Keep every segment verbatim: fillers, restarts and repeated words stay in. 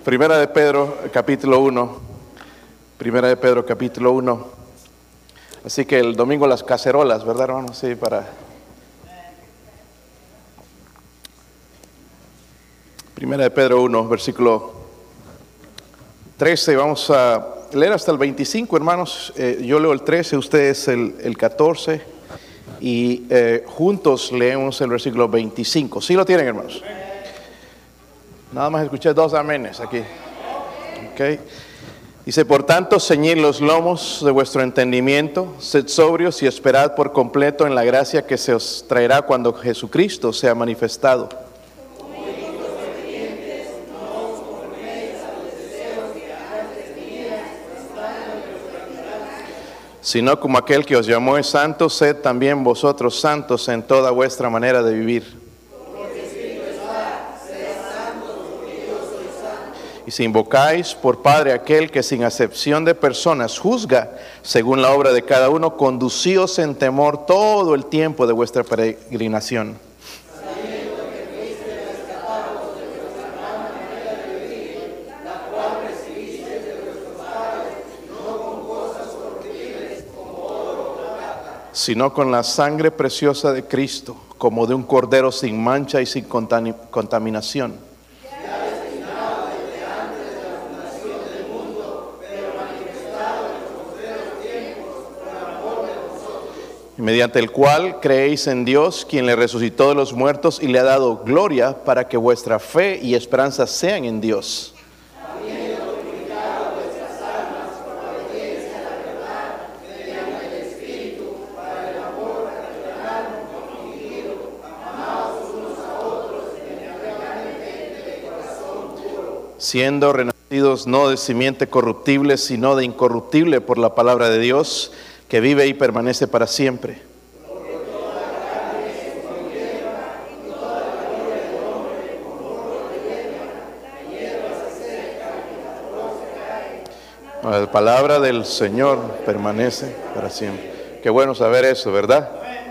Primera de Pedro, capítulo uno. Primera de Pedro, capítulo uno. Así que el domingo las cacerolas, ¿verdad, hermano? Sí, para... Primera de Pedro uno, versículo trece. Vamos a leer hasta el veinticinco, hermanos. Eh, yo leo el trece, ustedes el, el catorce. Y eh, juntos leemos el versículo veinticinco. ¿Sí lo tienen, hermanos? Nada más escuché dos amenes aquí. Okay. Dice, por tanto, ceñid los lomos de vuestro entendimiento, sed sobrios y esperad por completo en la gracia que se os traerá cuando Jesucristo sea manifestado. Sino como aquel que os llamó es santo, sed también vosotros santos en toda vuestra manera de vivir. Y si invocáis por Padre aquel que sin acepción de personas juzga según la obra de cada uno, conducíos en temor todo el tiempo de vuestra peregrinación. Sino con la sangre preciosa de Cristo, como de un cordero sin mancha y sin contaminación. Mediante el cual creéis en Dios, quien le resucitó de los muertos y le ha dado gloria, para que vuestra fe y esperanza sean en Dios. Siendo renacidos no de simiente corruptible, sino de incorruptible por la palabra de Dios, que vive y permanece para siempre. La palabra del Señor permanece para siempre. Qué bueno saber eso, ¿verdad?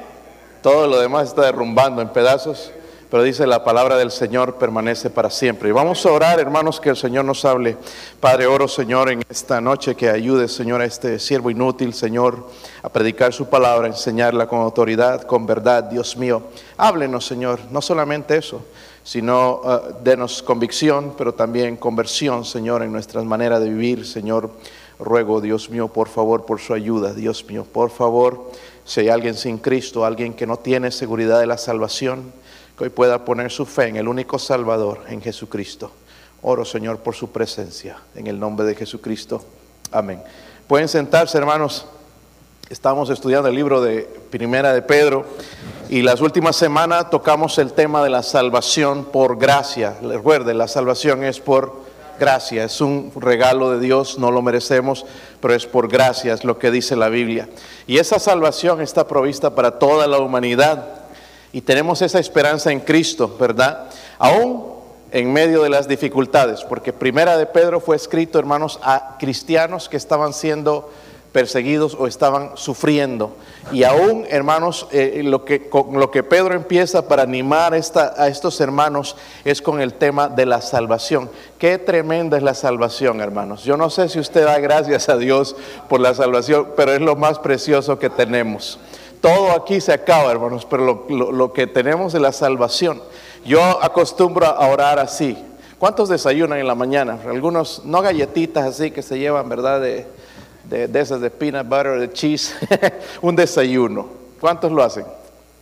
Todo lo demás está derrumbando en pedazos, pero dice la palabra del Señor permanece para siempre. Y vamos a orar, hermanos, que el Señor nos hable. Padre, oro, Señor, en esta noche que ayude, Señor, a este siervo inútil, Señor, a predicar su palabra, a enseñarla con autoridad, con verdad, Dios mío. Háblenos, Señor, no solamente eso, sino uh, denos convicción, pero también conversión, Señor, en nuestras maneras de vivir, Señor. Ruego, Dios mío, por favor, por su ayuda, Dios mío, por favor, si hay alguien sin Cristo, alguien que no tiene seguridad de la salvación, que hoy pueda poner su fe en el único Salvador, en Jesucristo. Oro, Señor, por su presencia, en el nombre de Jesucristo. Amén. Pueden sentarse, hermanos. Estamos estudiando el libro de Primera de Pedro y las últimas semanas tocamos el tema de la salvación por gracia. Recuerde, la salvación es por gracia, es un regalo de Dios, no lo merecemos, pero es por gracia, es lo que dice la Biblia. Y esa salvación está provista para toda la humanidad. Y tenemos esa esperanza en Cristo, ¿verdad? Aún en medio de las dificultades, porque Primera de Pedro fue escrito, hermanos, a cristianos que estaban siendo perseguidos o estaban sufriendo. Y aún, hermanos, eh, lo que, con lo que Pedro empieza para animar esta, a estos hermanos es con el tema de la salvación. Qué tremenda es la salvación, hermanos. Yo no sé si usted da gracias a Dios por la salvación, pero es lo más precioso que tenemos. Todo aquí se acaba, hermanos, pero lo, lo, lo que tenemos es la salvación. Yo acostumbro a orar así. ¿Cuántos desayunan en la mañana? Algunos, no galletitas así que se llevan, ¿verdad? De, de, de esas de peanut butter, de cheese. Un desayuno. ¿Cuántos lo hacen?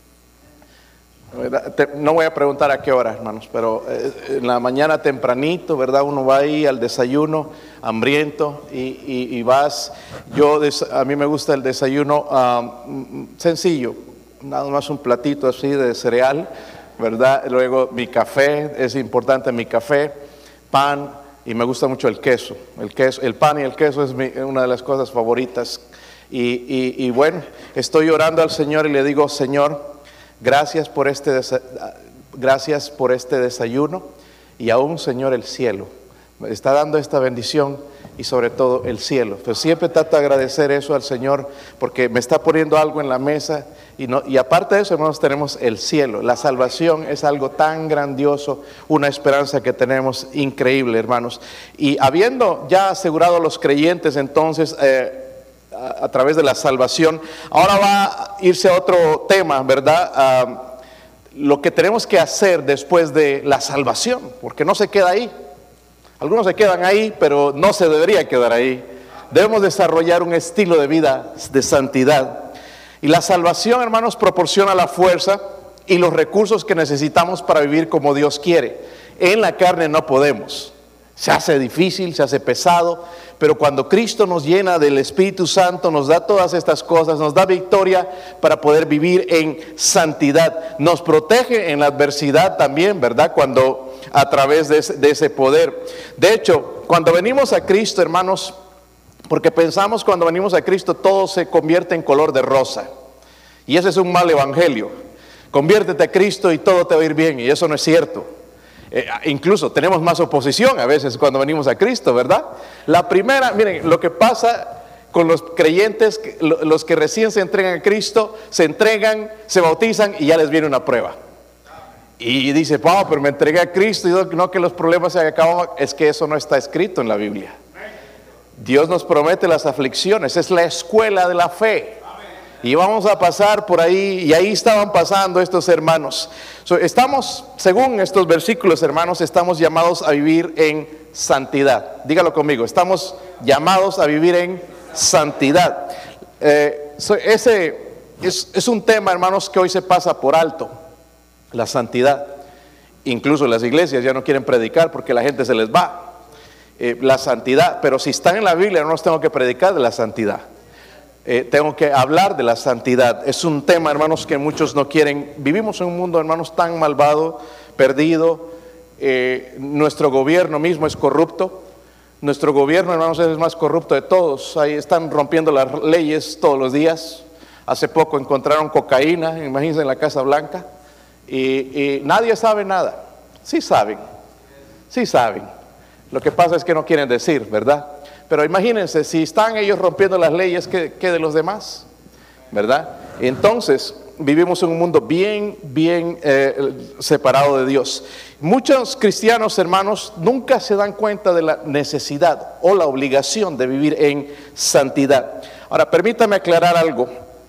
No voy a preguntar a qué hora, hermanos, pero en la mañana tempranito, ¿verdad? Uno va ahí al desayuno hambriento y, y, y vas. Yo, a mí me gusta el desayuno um, sencillo, nada más un platito así de cereal, ¿verdad? Luego mi café, es importante mi café, pan, y me gusta mucho el queso. El queso, el pan y el queso es mi, una de las cosas favoritas. Y, y, y bueno, estoy orando al Señor y le digo, Señor, Gracias por este desa- gracias por este desayuno y aún, Señor, el cielo me está dando esta bendición y sobre todo el cielo. Pero siempre trato de agradecer eso al Señor porque me está poniendo algo en la mesa y, no, y aparte de eso, hermanos, tenemos el cielo. La salvación es algo tan grandioso, una esperanza que tenemos increíble, hermanos. Y habiendo ya asegurado a los creyentes entonces eh, a, a través de la salvación, ahora va a irse a otro tema, ¿verdad? Uh, lo que tenemos que hacer después de la salvación, porque no se queda ahí. Algunos se quedan ahí, pero no se debería quedar ahí. Debemos desarrollar un estilo de vida de santidad. Y la salvación, hermanos, proporciona la fuerza y los recursos que necesitamos para vivir como Dios quiere. En la carne no podemos. Se hace difícil, se hace pesado, pero cuando Cristo nos llena del Espíritu Santo, nos da todas estas cosas, nos da victoria para poder vivir en santidad. Nos protege en la adversidad también, ¿verdad? Cuando a través de ese, de ese poder. De hecho, cuando venimos a Cristo, hermanos, porque pensamos cuando venimos a Cristo todo se convierte en color de rosa, y ese es un mal evangelio. Conviértete a Cristo y todo te va a ir bien, y eso no es cierto. Eh, incluso tenemos más oposición a veces cuando venimos a Cristo, ¿verdad? La primera, miren, lo que pasa con los creyentes, los que recién se entregan a Cristo, se entregan, se bautizan y ya les viene una prueba. Y dice, oh, pero me entregué a Cristo y no que los problemas se acaban. Es que eso no está escrito en la Biblia. Dios nos promete las aflicciones, es la escuela de la fe. Y vamos a pasar por ahí, y ahí estaban pasando estos hermanos. So, estamos, según estos versículos, hermanos, estamos llamados a vivir en santidad. Dígalo conmigo, estamos llamados a vivir en santidad. Eh, so, ese es, es un tema, hermanos, que hoy se pasa por alto. La santidad. Incluso las iglesias ya no quieren predicar porque la gente se les va. Eh, la santidad, pero si están en la Biblia no los tengo que predicar de la santidad. Eh, tengo que hablar de la santidad. Es un tema, hermanos, que muchos no quieren. Vivimos en un mundo, hermanos, tan malvado, perdido. Eh, nuestro gobierno mismo es corrupto. Nuestro gobierno, hermanos, es el más corrupto de todos. Ahí están rompiendo las leyes todos los días. Hace poco encontraron cocaína, imagínense, en la Casa Blanca. Y, y nadie sabe nada. Sí saben, sí saben. Lo que pasa es que no quieren decir, ¿verdad? Pero imagínense, si están ellos rompiendo las leyes, ¿qué, qué de los demás? ¿Verdad? Entonces, vivimos en un mundo bien, bien eh, separado de Dios. Muchos cristianos, hermanos, nunca se dan cuenta de la necesidad o la obligación de vivir en santidad. Ahora, permítame aclarar algo.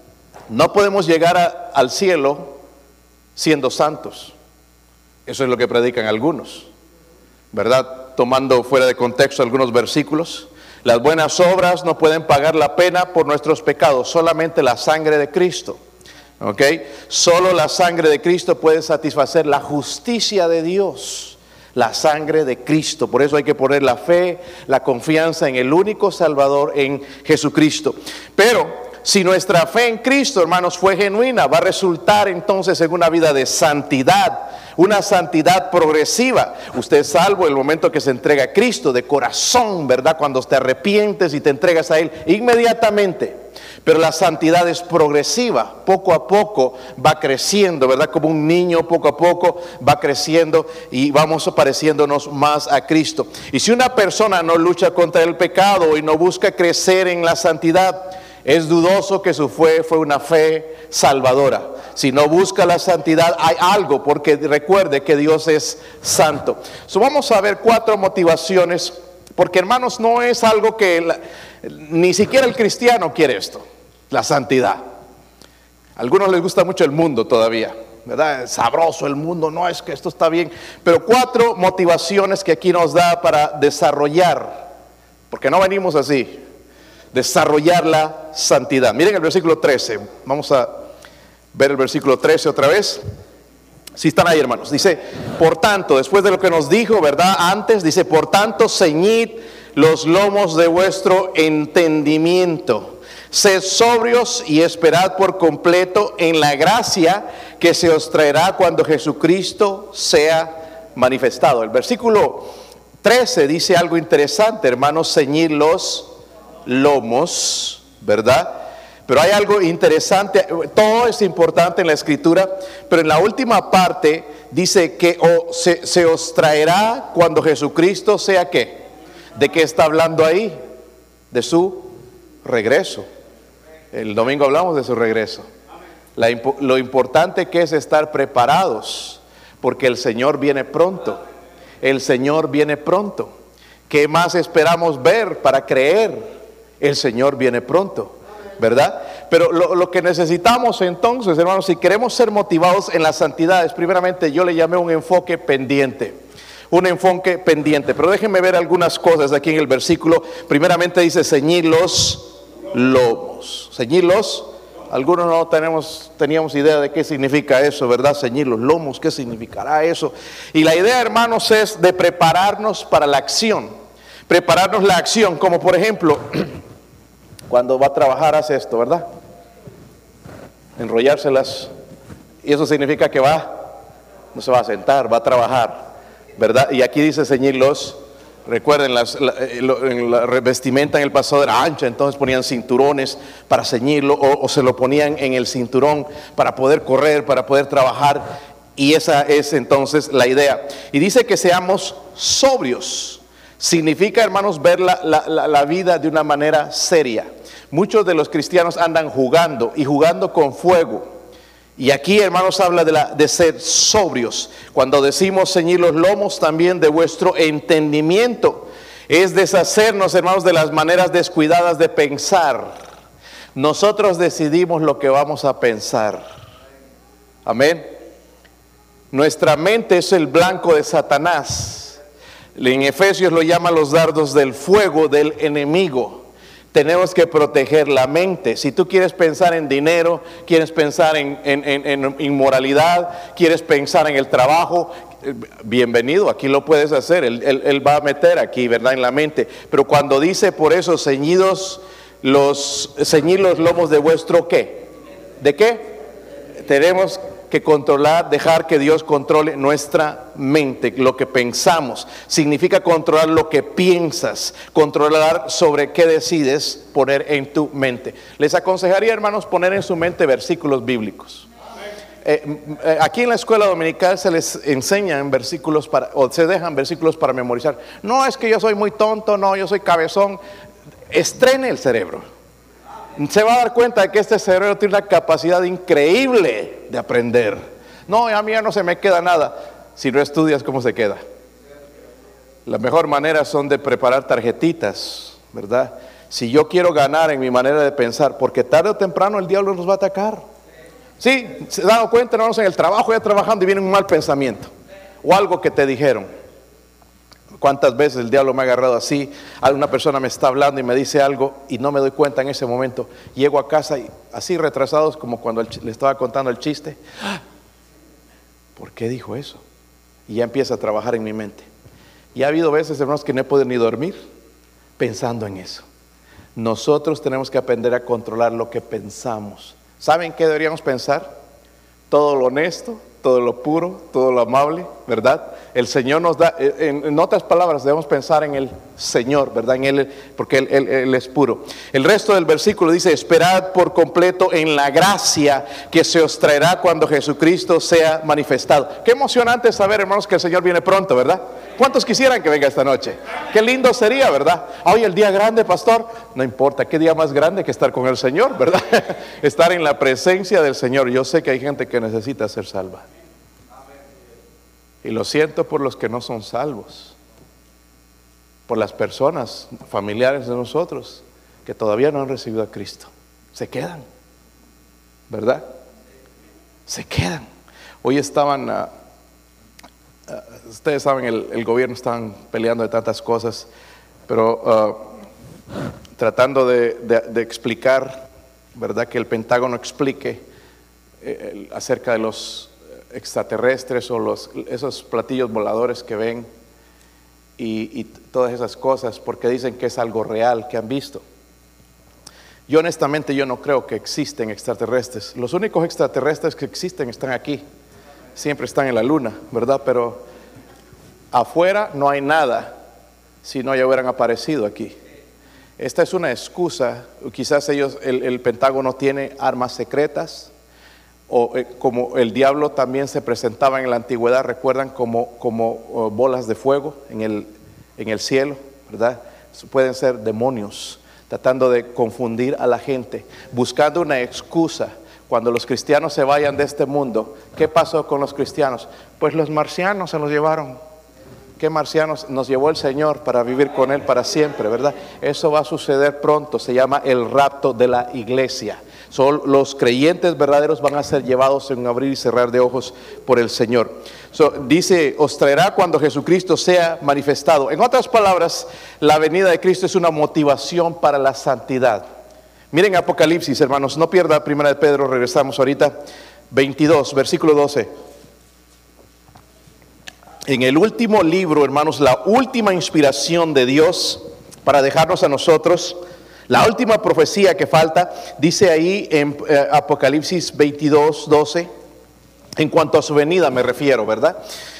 No podemos llegar a, al cielo siendo santos. Eso es lo que predican algunos, ¿verdad? Tomando fuera de contexto algunos versículos. Las buenas obras no pueden pagar la pena por nuestros pecados, solamente la sangre de Cristo. ¿Ok? Solo la sangre de Cristo puede satisfacer la justicia de Dios. La sangre de Cristo. Por eso hay que poner la fe, la confianza en el único Salvador, en Jesucristo. Pero si nuestra fe en Cristo, hermanos, fue genuina, va a resultar entonces en una vida de santidad, una santidad progresiva. Usted es salvo en el momento que se entrega a Cristo de corazón, ¿verdad? Cuando te arrepientes y te entregas a Él inmediatamente. Pero la santidad es progresiva, poco a poco va creciendo, ¿verdad? Como un niño poco a poco va creciendo y vamos pareciéndonos más a Cristo. Y si una persona no lucha contra el pecado y no busca crecer en la santidad, es dudoso que su fe fue una fe salvadora. Si no busca la santidad, hay algo, porque recuerde que Dios es santo. So, vamos a ver cuatro motivaciones, porque hermanos, no es algo que la, ni siquiera el cristiano quiere esto, la santidad. A algunos les gusta mucho el mundo todavía, ¿verdad? Es sabroso el mundo, no es que esto está bien. Pero cuatro motivaciones que aquí nos da para desarrollar, porque no venimos así, desarrollar la santidad. Miren el versículo trece, vamos a ver el versículo trece otra vez. Si están ahí, hermanos, dice, por tanto, después de lo que nos dijo, ¿verdad? Antes, dice, por tanto, ceñid los lomos de vuestro entendimiento, sed sobrios y esperad por completo en la gracia que se os traerá cuando Jesucristo sea manifestado. El versículo trece dice algo interesante, hermanos, ceñid los lomos, ¿verdad? Pero hay algo interesante, todo es importante en la escritura, pero en la última parte dice que o se, se os traerá cuando Jesucristo sea ¿qué? ¿De qué está hablando ahí? De su regreso. El domingo hablamos de su regreso. La, lo importante que es estar preparados, porque el Señor viene pronto. El Señor viene pronto. ¿Qué más esperamos ver para creer? El Señor viene pronto, ¿verdad? Pero lo, lo que necesitamos entonces, hermanos, si queremos ser motivados en las santidades, primeramente yo le llamé un enfoque pendiente. Un enfoque pendiente. Pero déjenme ver algunas cosas aquí en el versículo. Primeramente dice ceñir los lomos. Ceñir los. Algunos no tenemos, teníamos idea de qué significa eso, ¿verdad? Ceñir los lomos, ¿qué significará eso? Y la idea, hermanos, es de prepararnos para la acción. Prepararnos la acción, como por ejemplo, cuando va a trabajar hace esto, ¿verdad? Enrollárselas. Y eso significa que va, no se va a sentar, va a trabajar, ¿verdad? Y aquí dice ceñir los. Recuerden, las, la, la, la vestimenta en el pasado era ancha, entonces ponían cinturones para ceñirlo, o, o se lo ponían en el cinturón para poder correr, para poder trabajar, y esa es entonces la idea. Y dice que seamos sobrios. Significa, hermanos, ver la, la, la, la vida de una manera seria. Muchos de los cristianos andan jugando, y jugando con fuego. Y aquí, hermanos, habla de, la, de ser sobrios. Cuando decimos ceñir los lomos, también de vuestro entendimiento. Es deshacernos, hermanos, de las maneras descuidadas de pensar. Nosotros decidimos lo que vamos a pensar. Amén. Nuestra mente es el blanco de Satanás. En Efesios lo llama los dardos del fuego del enemigo. Tenemos que proteger la mente. Si tú quieres pensar en dinero, quieres pensar en, en, en, en inmoralidad, quieres pensar en el trabajo, bienvenido, aquí lo puedes hacer. Él, él, él va a meter aquí, ¿verdad?, en la mente. Pero cuando dice por eso, ceñidos los, ceñid los lomos de vuestro ¿qué? ¿De qué? Tenemos que controlar, dejar que Dios controle nuestra mente, lo que pensamos. Significa controlar lo que piensas, controlar sobre qué decides poner en tu mente. Les aconsejaría, hermanos, poner en su mente versículos bíblicos. Eh, eh, aquí en la escuela dominical se les enseñan versículos para, o se dejan versículos para memorizar. No es que yo soy muy tonto, no, yo soy cabezón. Estrene el cerebro. Se va a dar cuenta de que este cerebro tiene una capacidad increíble de aprender. No, a mí ya no se me queda nada. Si no estudias, ¿cómo se queda? La mejor manera son de preparar tarjetitas, ¿verdad? Si yo quiero ganar en mi manera de pensar, porque tarde o temprano el diablo nos va a atacar. Sí, se han dado cuenta, hermanos, en el trabajo ya trabajando y viene un mal pensamiento. O algo que te dijeron. ¿Cuántas veces el diablo me ha agarrado así? Alguna persona me está hablando y me dice algo y no me doy cuenta en ese momento. Llego a casa y así retrasados como cuando el, le estaba contando el chiste. ¿Por qué dijo eso? Y ya empieza a trabajar en mi mente. Y ha habido veces, hermanos, que no he podido ni dormir pensando en eso. Nosotros tenemos que aprender a controlar lo que pensamos. ¿Saben qué deberíamos pensar? Todo lo honesto, todo lo puro, todo lo amable, ¿verdad? El Señor nos da, en, en otras palabras, debemos pensar en el Señor, ¿verdad? En Él, porque él, él, él es puro. El resto del versículo dice, esperad por completo en la gracia que se os traerá cuando Jesucristo sea manifestado. Qué emocionante saber, hermanos, que el Señor viene pronto, ¿verdad? ¿Cuántos quisieran que venga esta noche? Qué lindo sería, ¿verdad? Hoy el día grande, pastor, no importa, qué día más grande que estar con el Señor, ¿verdad? Estar en la presencia del Señor. Yo sé que hay gente que necesita ser salva. Y lo siento por los que no son salvos, por las personas familiares de nosotros que todavía no han recibido a Cristo. Se quedan, ¿verdad? Se quedan. Hoy estaban, uh, uh, ustedes saben, el, el gobierno estaban peleando de tantas cosas, pero uh, tratando de, de, de explicar, ¿verdad? Que el Pentágono explique eh, acerca de los extraterrestres o los, esos platillos voladores que ven y, y todas esas cosas, porque dicen que es algo real que han visto. Yo honestamente yo no creo que existen extraterrestres. Los únicos extraterrestres que existen están aquí, siempre están en la luna, ¿verdad? Pero afuera no hay nada, si no ya hubieran aparecido aquí. Esta es una excusa. Quizás ellos, el, el Pentágono tiene armas secretas, o eh, como el diablo también se presentaba en la antigüedad, recuerdan, como, como uh, bolas de fuego en el, en el cielo, ¿verdad? Pueden ser demonios tratando de confundir a la gente, buscando una excusa. Cuando los cristianos se vayan de este mundo, ¿qué pasó con los cristianos? Pues los marcianos se los llevaron. ¿Qué marcianos? Nos llevó el Señor para vivir con Él para siempre, ¿verdad? Eso va a suceder pronto, se llama el rapto de la iglesia. Son los creyentes verdaderos van a ser llevados en un abrir y cerrar de ojos por el Señor. So, dice, os traerá cuando Jesucristo sea manifestado. En otras palabras, la venida de Cristo es una motivación para la santidad. Miren Apocalipsis, hermanos, no pierda Primera de Pedro, regresamos ahorita, veintidós, versículo doce. En el último libro, hermanos, la última inspiración de Dios para dejarnos a nosotros, la última profecía que falta, dice ahí en eh, Apocalipsis veintidós, doce, en cuanto a su venida me refiero, ¿verdad?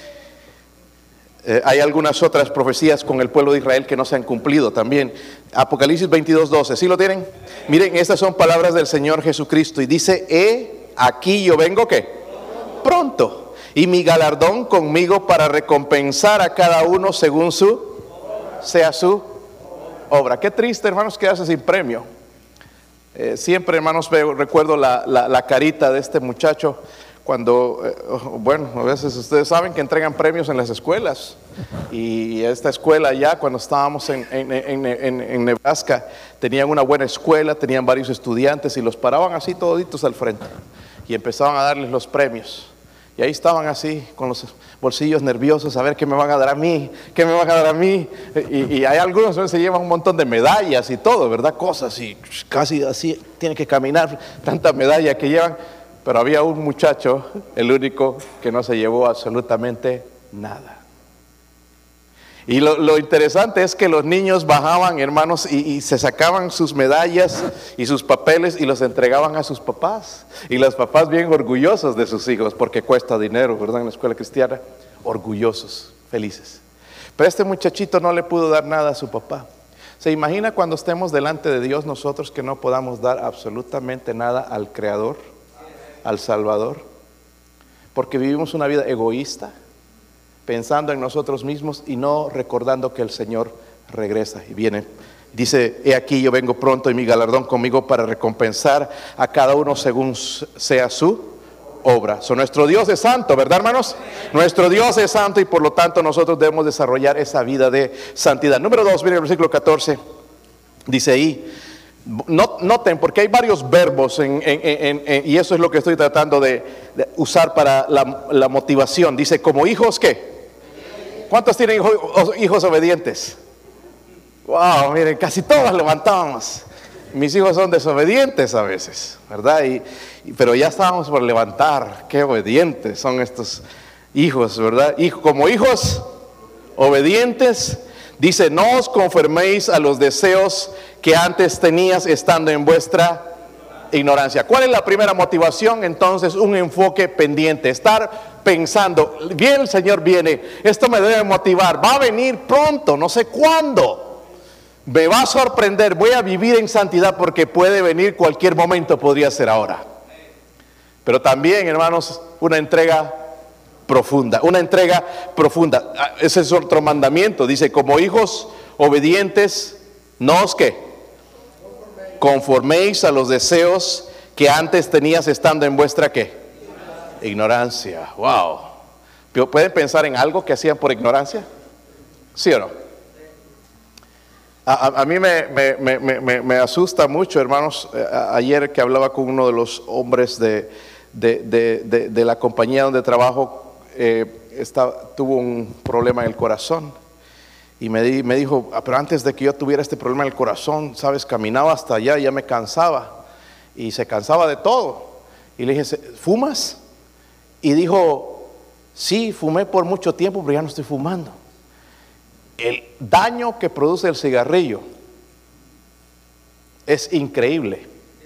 Eh, hay algunas otras profecías con el pueblo de Israel que no se han cumplido también. Apocalipsis veintidós, doce, ¿sí lo tienen? Miren, estas son palabras del Señor Jesucristo y dice, he aquí yo vengo, ¿qué? Pronto, y mi galardón conmigo para recompensar a cada uno según su, sea su obra. Qué triste, hermanos, quedarse sin premio. Eh, siempre, hermanos, veo, recuerdo la, la, la carita de este muchacho cuando, eh, bueno, a veces ustedes saben que entregan premios en las escuelas. Y esta escuela ya, cuando estábamos en, en, en, en, en Nebraska, tenían una buena escuela, tenían varios estudiantes y los paraban así toditos al frente. Y empezaban a darles los premios. Y ahí estaban así, con los bolsillos nerviosos, a ver qué me van a dar a mí, qué me van a dar a mí. Y, y hay algunos que se llevan un montón de medallas y todo, ¿verdad? Cosas, y casi así, tienen que caminar, tanta medalla que llevan. Pero había un muchacho, el único, que no se llevó absolutamente nada. Y lo, lo interesante es que los niños bajaban, hermanos, y, y se sacaban sus medallas y sus papeles y los entregaban a sus papás. Y los papás bien orgullosos de sus hijos, porque cuesta dinero, ¿verdad? En la escuela cristiana, orgullosos, felices. Pero este muchachito no le pudo dar nada a su papá. ¿Se imagina cuando estemos delante de Dios nosotros que no podamos dar absolutamente nada al Creador, al Salvador? Porque vivimos una vida egoísta, pensando en nosotros mismos y no recordando que el Señor regresa y viene. Dice, he aquí yo vengo pronto y mi galardón conmigo para recompensar a cada uno según sea su obra. So, nuestro Dios es santo, ¿verdad, hermanos? Nuestro Dios es santo y por lo tanto nosotros debemos desarrollar esa vida de santidad. Número dos, miren el versículo catorce, dice ahí, noten porque hay varios verbos en, en, en, en, y eso es lo que estoy tratando de, de usar para la, la motivación. Dice, como hijos, ¿qué? ¿Cuántos tienen hijos, hijos obedientes? Wow, miren, casi todos levantábamos. Mis hijos son desobedientes a veces, ¿verdad? Y, y, pero ya estábamos por levantar. Qué obedientes son estos hijos, ¿verdad? Y como hijos obedientes, dice, no os conforméis a los deseos que antes tenías estando en vuestra ignorancia. ¿Cuál es la primera motivación? Entonces, un enfoque pendiente, estar pensando, bien, el Señor viene, esto me debe motivar, va a venir pronto, no sé cuándo, me va a sorprender, voy a vivir en santidad porque puede venir cualquier momento, podría ser ahora. Pero también, hermanos, una entrega profunda, una entrega profunda. Ese es otro mandamiento, dice, como hijos obedientes, no os que conforméis a los deseos que antes tenías estando en vuestra ¿qué? Ignorancia. Wow. ¿Pueden pensar en algo que hacían por ignorancia? ¿Sí o no? A, a, a mí me, me, me, me, me asusta mucho, hermanos. A, ayer que hablaba con uno de los hombres de, de, de, de, de la compañía donde trabajo, eh, está, tuvo un problema en el corazón. Y me, di, me dijo, pero antes de que yo tuviera este problema en el corazón, sabes, caminaba hasta allá y ya me cansaba. Y se cansaba de todo. Y le dije, ¿fumas? Y dijo, sí, fumé por mucho tiempo, pero ya no estoy fumando. El daño que produce el cigarrillo es increíble,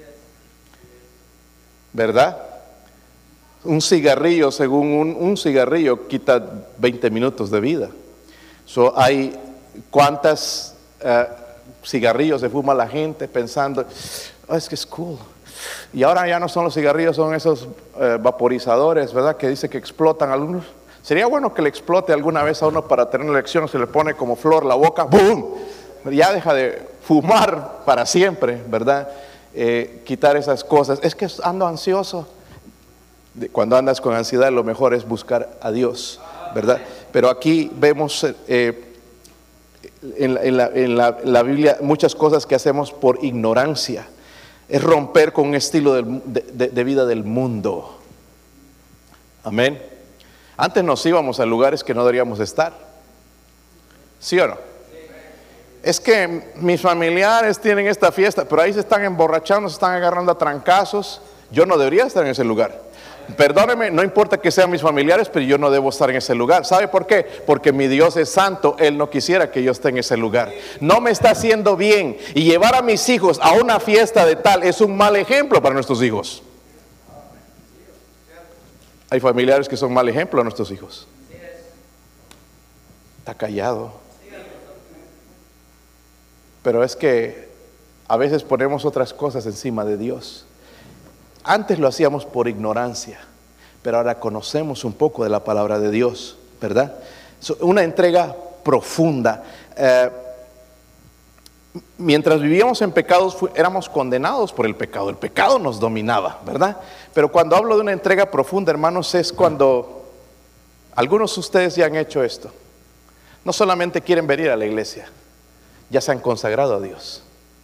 ¿verdad? Un cigarrillo, según un, un cigarrillo, quita veinte minutos de vida. So, hay cuántas uh, cigarrillos se fuma la gente pensando, oh, es que es cool. Y ahora ya no son los cigarrillos, son esos uh, vaporizadores, ¿verdad? Que dice que explotan a algunos. Sería bueno que le explote alguna vez a uno para tener una lección, se le pone como flor la boca, ¡boom! ya deja de fumar para siempre, ¿verdad? Eh, quitar esas cosas. Es que ando ansioso. Cuando andas con ansiedad, lo mejor es buscar a Dios, ¿verdad? Pero aquí vemos eh, en, la, en, la, en, la, en la Biblia muchas cosas que hacemos por ignorancia. Es romper con un estilo de, de, de vida del mundo. Amén. Antes nos íbamos a lugares que no deberíamos estar. ¿Sí o no? Es que mis familiares tienen esta fiesta, pero ahí se están emborrachando, se están agarrando a trancazos. Yo no debería estar en ese lugar. Perdóneme, no importa que sean mis familiares, pero yo no debo estar en ese lugar. ¿Sabe por qué? Porque mi Dios es santo. Él no quisiera que yo esté en ese lugar. No me está haciendo bien. Y llevar a mis hijos a una fiesta de tal es un mal ejemplo para nuestros hijos. Hay familiares que son mal ejemplo a nuestros hijos. Está callado. Pero es que a veces ponemos otras cosas encima de Dios. Antes lo hacíamos por ignorancia, pero ahora conocemos un poco de la palabra de Dios, ¿verdad? Una entrega profunda. Eh, mientras vivíamos en pecados, éramos condenados por el pecado. El pecado nos dominaba, ¿verdad? Pero cuando hablo de una entrega profunda, hermanos, es cuando algunos de ustedes ya han hecho esto. No solamente quieren venir a la iglesia, ya se han consagrado a Dios.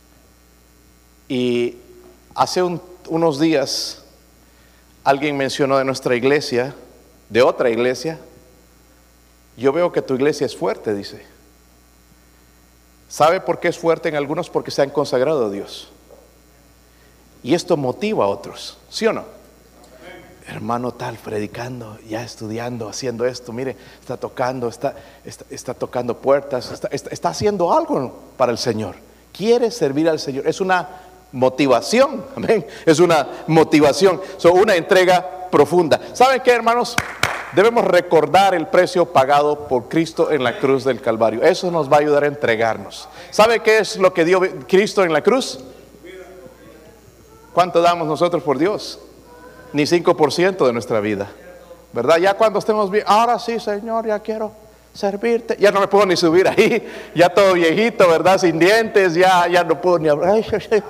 Y hace un unos días alguien mencionó de nuestra iglesia, de otra iglesia. Yo veo que tu iglesia es fuerte, dice. ¿Sabe por qué es fuerte en algunos? Porque se han consagrado a Dios. Y esto motiva a otros, ¿sí o no? Hermano tal, predicando, ya estudiando, haciendo esto, mire, está tocando, está, está, está tocando puertas, está, está, está haciendo algo para el Señor. Quiere servir al Señor. Es una motivación, amén. Es una motivación, son una entrega profunda. ¿Saben qué, hermanos? Debemos recordar el precio pagado por Cristo en la cruz del Calvario. Eso nos va a ayudar a entregarnos. ¿Sabe qué es lo que dio Cristo en la cruz? ¿Cuánto damos nosotros por Dios? Ni cinco por ciento de nuestra vida, ¿verdad? Ya cuando estemos bien, ahora sí, Señor, ya quiero servirte. Ya no me puedo ni subir ahí, ya todo viejito, ¿verdad? Sin dientes, ya, ya no puedo ni hablar.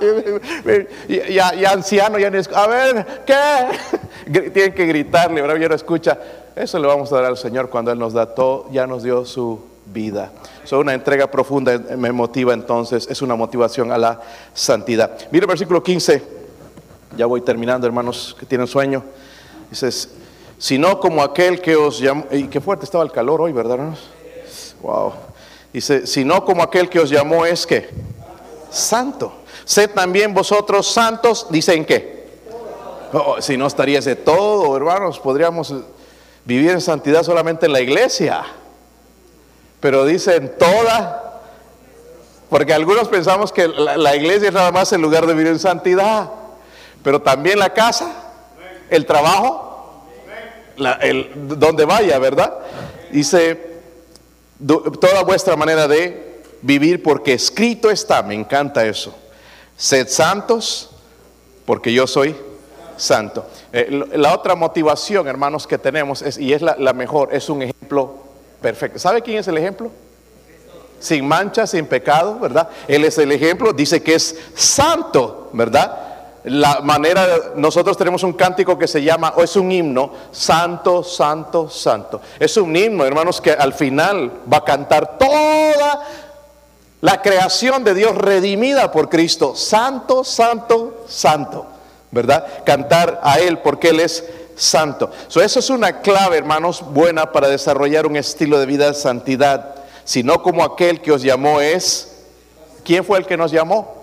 Ya, ya anciano, ya ni, a ver, ¿qué? Tienen que gritarle, ¿verdad? Ya no escucha. Eso le vamos a dar al Señor cuando Él nos da todo, ya nos dio su vida. Es una entrega profunda, me motiva entonces, es una motivación a la santidad. Mira el versículo quince, ya voy terminando, hermanos que tienen sueño. Dices, sino como aquel que os llamó, y qué fuerte estaba el calor hoy, ¿verdad, hermanos? Wow. Dice, sino como aquel que os llamó es que santo. Sed también vosotros santos, dice en qué. Oh, si no estarías de todo, hermanos, podríamos vivir en santidad solamente en la iglesia. Pero dice en toda, porque algunos pensamos que la, la iglesia es nada más el lugar de vivir en santidad, pero también la casa, el trabajo. La, el, donde vaya, ¿verdad? Dice, toda vuestra manera de vivir, porque escrito está, me encanta eso. Sed santos, porque yo soy santo. Eh, la otra motivación, hermanos, que tenemos, es, y es la, la mejor, es un ejemplo perfecto. ¿Sabe quién es el ejemplo? Sin mancha, sin pecado, ¿verdad? Él es el ejemplo, dice que es santo, ¿verdad? La manera, nosotros tenemos un cántico que se llama, o es un himno, santo, santo, santo. Es un himno, hermanos, que al final va a cantar toda la creación de Dios redimida por Cristo. Santo, santo, santo, ¿verdad? Cantar a Él porque Él es santo. So, eso es una clave, hermanos, buena para desarrollar un estilo de vida de santidad. Sino como aquel que os llamó es, ¿quién fue el que nos llamó?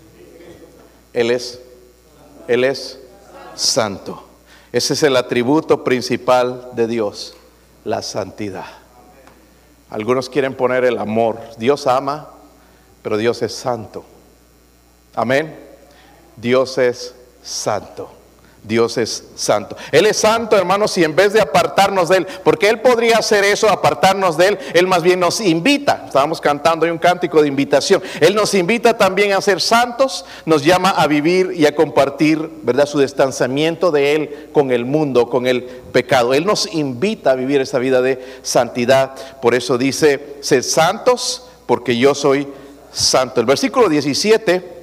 Él es Él es santo. Ese es el atributo principal de Dios, la santidad. Algunos quieren poner el amor. Dios ama, pero Dios es santo. Amén. Dios es santo. Dios es santo. Él es santo, hermanos, y en vez de apartarnos de Él, porque Él podría hacer eso, apartarnos de Él, Él más bien nos invita. Estábamos cantando hoy un cántico de invitación. Él nos invita también a ser santos, nos llama a vivir y a compartir, ¿verdad?, su distanciamiento de Él con el mundo, con el pecado. Él nos invita a vivir esa vida de santidad. Por eso dice, sed santos, porque yo soy santo. El versículo diecisiete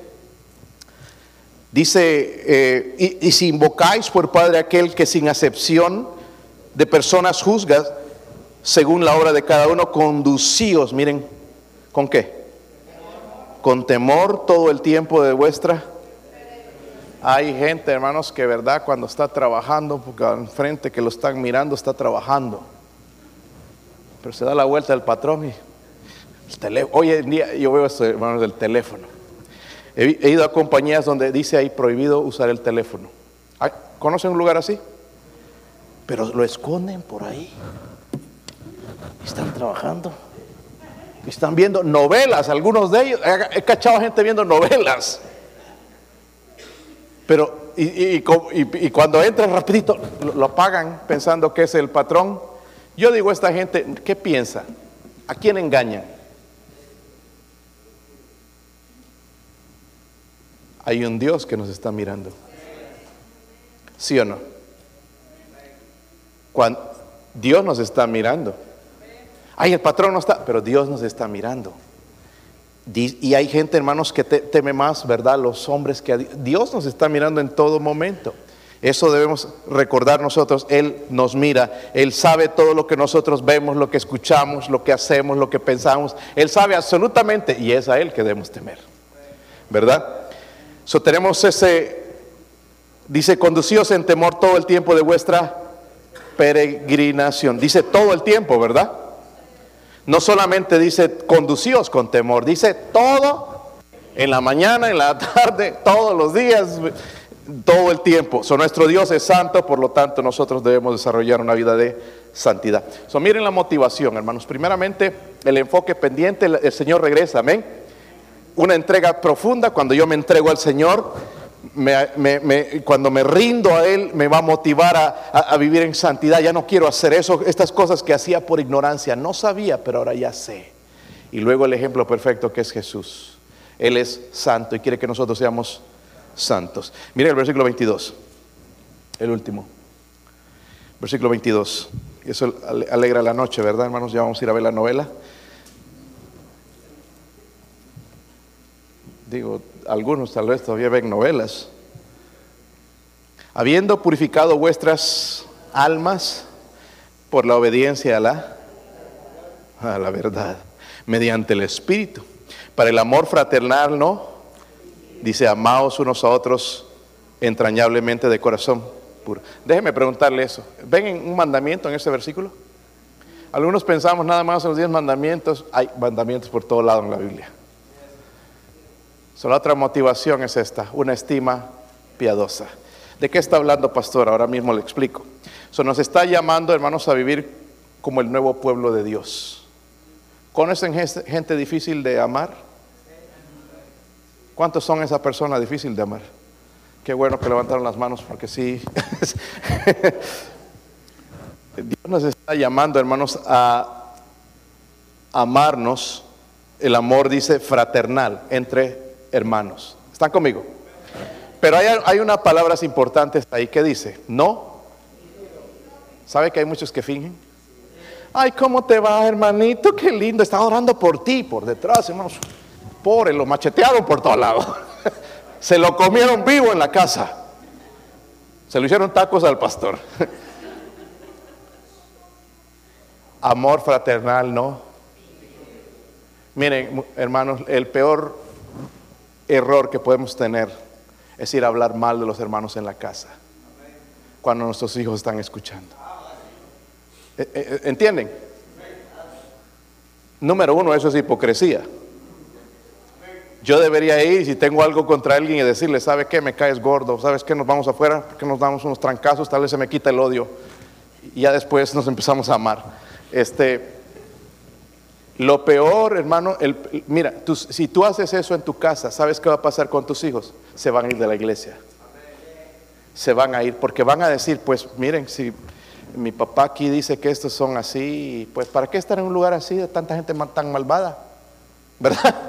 dice, eh, y, y si invocáis por Padre aquel que sin acepción de personas juzga, según la obra de cada uno, conducíos, miren, ¿con qué? Con temor todo el tiempo de vuestra. Hay gente, hermanos, que verdad cuando está trabajando, porque al frente que lo están mirando está trabajando, pero se da la vuelta el patrón y el teléfono. Hoy en día yo veo esto, hermanos, del teléfono. He, he ido a compañías donde dice ahí prohibido usar el teléfono. ¿Conocen un lugar así? Pero lo esconden por ahí. Están trabajando. Están viendo novelas, algunos de ellos. He, he cachado gente viendo novelas. Pero, y, y, y, y cuando entran rapidito, lo, lo apagan pensando que es el patrón. Yo digo a esta gente, ¿qué piensa? ¿A quién engañan? Hay un Dios que nos está mirando. ¿Sí o no? Cuando Dios nos está mirando. Ay, el patrón no está, pero Dios nos está mirando. Y hay gente, hermanos, que te, teme más, ¿verdad? Los hombres que a Dios. Dios nos está mirando en todo momento. Eso debemos recordar nosotros. Él nos mira, Él sabe todo lo que nosotros vemos, lo que escuchamos, lo que hacemos, lo que pensamos. Él sabe absolutamente, y es a Él que debemos temer, ¿verdad? So, tenemos ese, dice, conducíos en temor todo el tiempo de vuestra peregrinación. Dice todo el tiempo, ¿verdad? No solamente dice conducíos con temor, dice todo, en la mañana, en la tarde, todos los días, todo el tiempo. So, nuestro Dios es santo, por lo tanto nosotros debemos desarrollar una vida de santidad. So, miren la motivación, hermanos. Primeramente, el enfoque pendiente, el, el Señor regresa, amén. Una entrega profunda. Cuando yo me entrego al Señor, me, me, me, cuando me rindo a Él, me va a motivar a, a, a vivir en santidad. Ya no quiero hacer eso, estas cosas que hacía por ignorancia. No sabía, pero ahora ya sé. Y luego el ejemplo perfecto que es Jesús. Él es santo y quiere que nosotros seamos santos. Miren el versículo veintidós, el último. Versículo veintidós. Eso alegra la noche, ¿verdad, hermanos? Ya vamos a ir a ver la novela. Digo, algunos tal vez todavía ven novelas. Habiendo purificado vuestras almas por la obediencia a la, a la verdad, mediante el Espíritu, para el amor fraternal, ¿no? Dice, amaos unos a otros entrañablemente de corazón puro. Déjenme preguntarle eso. ¿Ven un mandamiento en ese versículo? Algunos pensamos nada más en los diez mandamientos. Hay mandamientos por todo lado en la Biblia. So, la otra motivación es esta, una estima piadosa. ¿De qué está hablando, pastor? Ahora mismo le explico. So, nos está llamando, hermanos, a vivir como el nuevo pueblo de Dios. ¿Conocen gente difícil de amar? ¿Cuántos son esa persona difícil de amar? Qué bueno que levantaron las manos, porque sí. Dios nos está llamando, hermanos, a amarnos. El amor, dice, fraternal, entre hermanos. ¿Están conmigo? Pero hay, hay unas palabras importantes ahí que dice, no. ¿Sabe que hay muchos que fingen? Ay, ¿cómo te va, hermanito? Qué lindo, está orando por ti, por detrás, hermanos. Pobre, lo machetearon por todos lados. Se lo comieron vivo en la casa. Se lo hicieron tacos al pastor. Amor fraternal, no. Miren, hermanos, el peor error que podemos tener es ir a hablar mal de los hermanos en la casa, cuando nuestros hijos están escuchando. ¿Entienden? Número uno, eso es hipocresía. Yo debería ir, si tengo algo contra alguien, y decirle, ¿sabe qué? Me caes gordo, ¿sabes qué? Nos vamos afuera, porque nos damos unos trancazos, tal vez se me quita el odio, y ya después nos empezamos a amar. Este, lo peor, hermano, el, mira, tú, si tú haces eso en tu casa, ¿sabes qué va a pasar con tus hijos? Se van a ir de la iglesia. Se van a ir, porque van a decir, pues miren, si mi papá aquí dice que estos son así, pues ¿para qué estar en un lugar así de tanta gente tan malvada? ¿Verdad?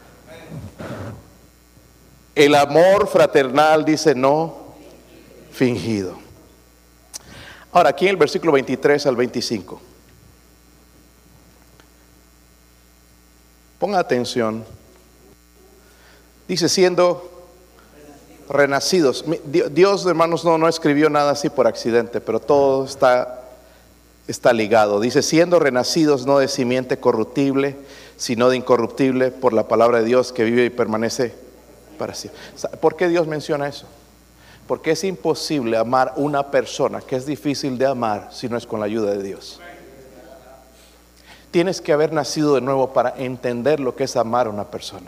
El amor fraternal, dice, no fingido. Ahora, aquí en el versículo veintitrés al veinticinco, ponga atención. Dice siendo renacidos. Dios, hermanos, no, no escribió nada así por accidente, pero todo está, está ligado. Dice siendo renacidos no de simiente corruptible, sino de incorruptible por la palabra de Dios que vive y permanece para siempre. ¿Por qué Dios menciona eso? Porque es imposible amar una persona que es difícil de amar si no es con la ayuda de Dios. Tienes que haber nacido de nuevo para entender lo que es amar a una persona.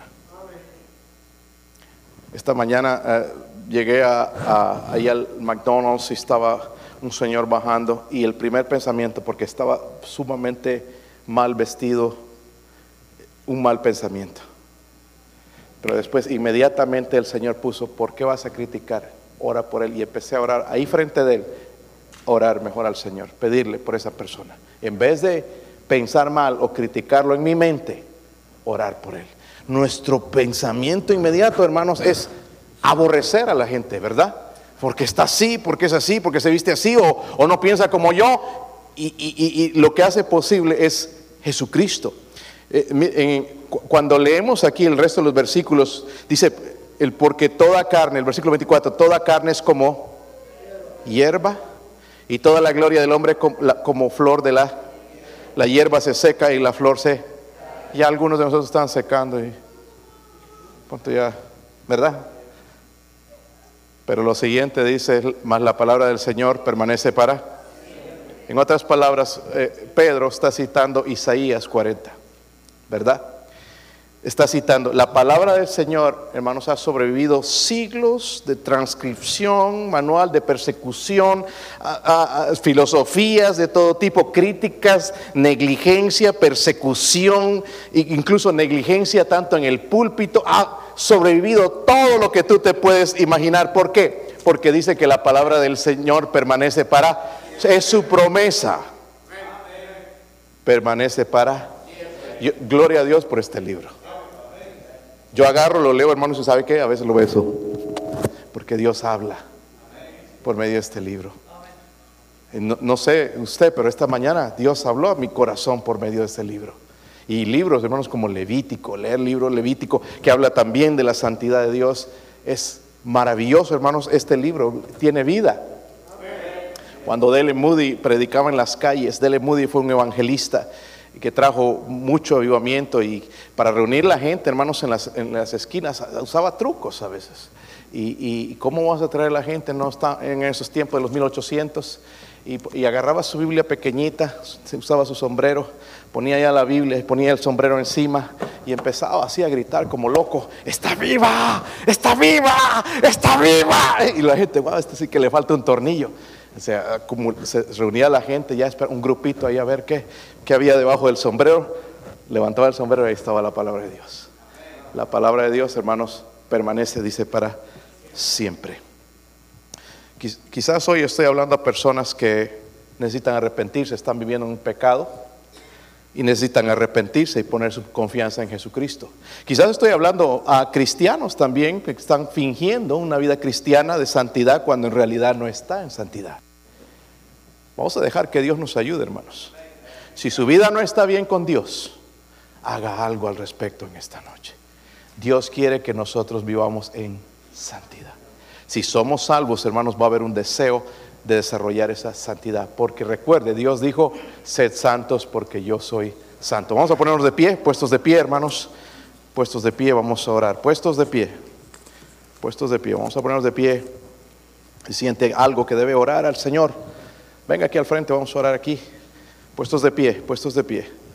Esta mañana eh, llegué a, a, ahí al McDonald's y estaba un señor bajando, y el primer pensamiento, porque estaba sumamente mal vestido, un mal pensamiento. Pero después inmediatamente el Señor puso, ¿por qué vas a criticar? Ora por él. Y empecé a orar ahí frente de él, orar mejor al Señor, pedirle por esa persona. En vez de pensar mal o criticarlo en mi mente, orar por él. Nuestro pensamiento inmediato, hermanos, es aborrecer a la gente, ¿verdad? Porque está así, porque es así, porque se viste así, o, o no piensa como yo. Y, y, y, y lo que hace posible es Jesucristo. Eh, en, cuando leemos aquí el resto de los versículos, dice, el porque toda carne, el versículo veinticuatro, toda carne es como hierba, y toda la gloria del hombre como, la, como flor de la, la hierba se seca y la flor se... Ya algunos de nosotros están secando y punto ya, ¿verdad? Pero lo siguiente dice, más la palabra del Señor permanece para. En otras palabras, eh, Pedro está citando Isaías cuarenta, ¿verdad? Está citando, la palabra del Señor, hermanos, ha sobrevivido siglos de transcripción, manual de persecución, a, a, a, filosofías de todo tipo, críticas, negligencia, persecución, incluso negligencia tanto en el púlpito. Ha sobrevivido todo lo que tú te puedes imaginar. ¿Por qué? Porque dice que la palabra del Señor permanece para, es su promesa, permanece para. Yo, gloria a Dios por este libro. Yo agarro, lo leo, hermanos, y ¿sabe qué? A veces lo beso, porque Dios habla por medio de este libro. No, no sé usted, pero esta mañana Dios habló a mi corazón por medio de este libro. Y libros, hermanos, como Levítico, leer libro Levítico, que habla también de la santidad de Dios, es maravilloso, hermanos. Este libro tiene vida. Cuando D L Moody predicaba en las calles, D L Moody fue un evangelista que trajo mucho avivamiento, y para reunir la gente, hermanos, en las, en las esquinas usaba trucos a veces. Y, y ¿cómo vas a traer a la gente? No está en esos tiempos de los mil ochocientos. Y, y agarraba su Biblia pequeñita, se usaba su sombrero, ponía ya la Biblia, ponía el sombrero encima y empezaba así a gritar como loco: ¡está viva! ¡Está viva! ¡Está viva! Y la gente, wow, este sí que le falta un tornillo. O sea, como se reunía la gente, ya un grupito ahí a ver qué, qué había debajo del sombrero. Levantaba el sombrero y ahí estaba la palabra de Dios. La palabra de Dios, hermanos, permanece, dice, para siempre. Quizás hoy estoy hablando a personas que necesitan arrepentirse, están viviendo en un pecado y necesitan arrepentirse y poner su confianza en Jesucristo. Quizás estoy hablando a cristianos también que están fingiendo una vida cristiana de santidad cuando en realidad no está en santidad. Vamos a dejar que Dios nos ayude, hermanos. Si su vida no está bien con Dios, haga algo al respecto en esta noche. Dios quiere que nosotros vivamos en santidad. Si somos salvos, hermanos, va a haber un deseo de desarrollar esa santidad. Porque recuerde, Dios dijo, sed santos porque yo soy santo. Vamos a ponernos de pie, puestos de pie, hermanos. Puestos de pie, vamos a orar. Puestos de pie. Puestos de pie, vamos a ponernos de pie. Si siente algo que debe orar al Señor, venga aquí al frente, vamos a orar aquí. Puestos de pie, puestos de pie.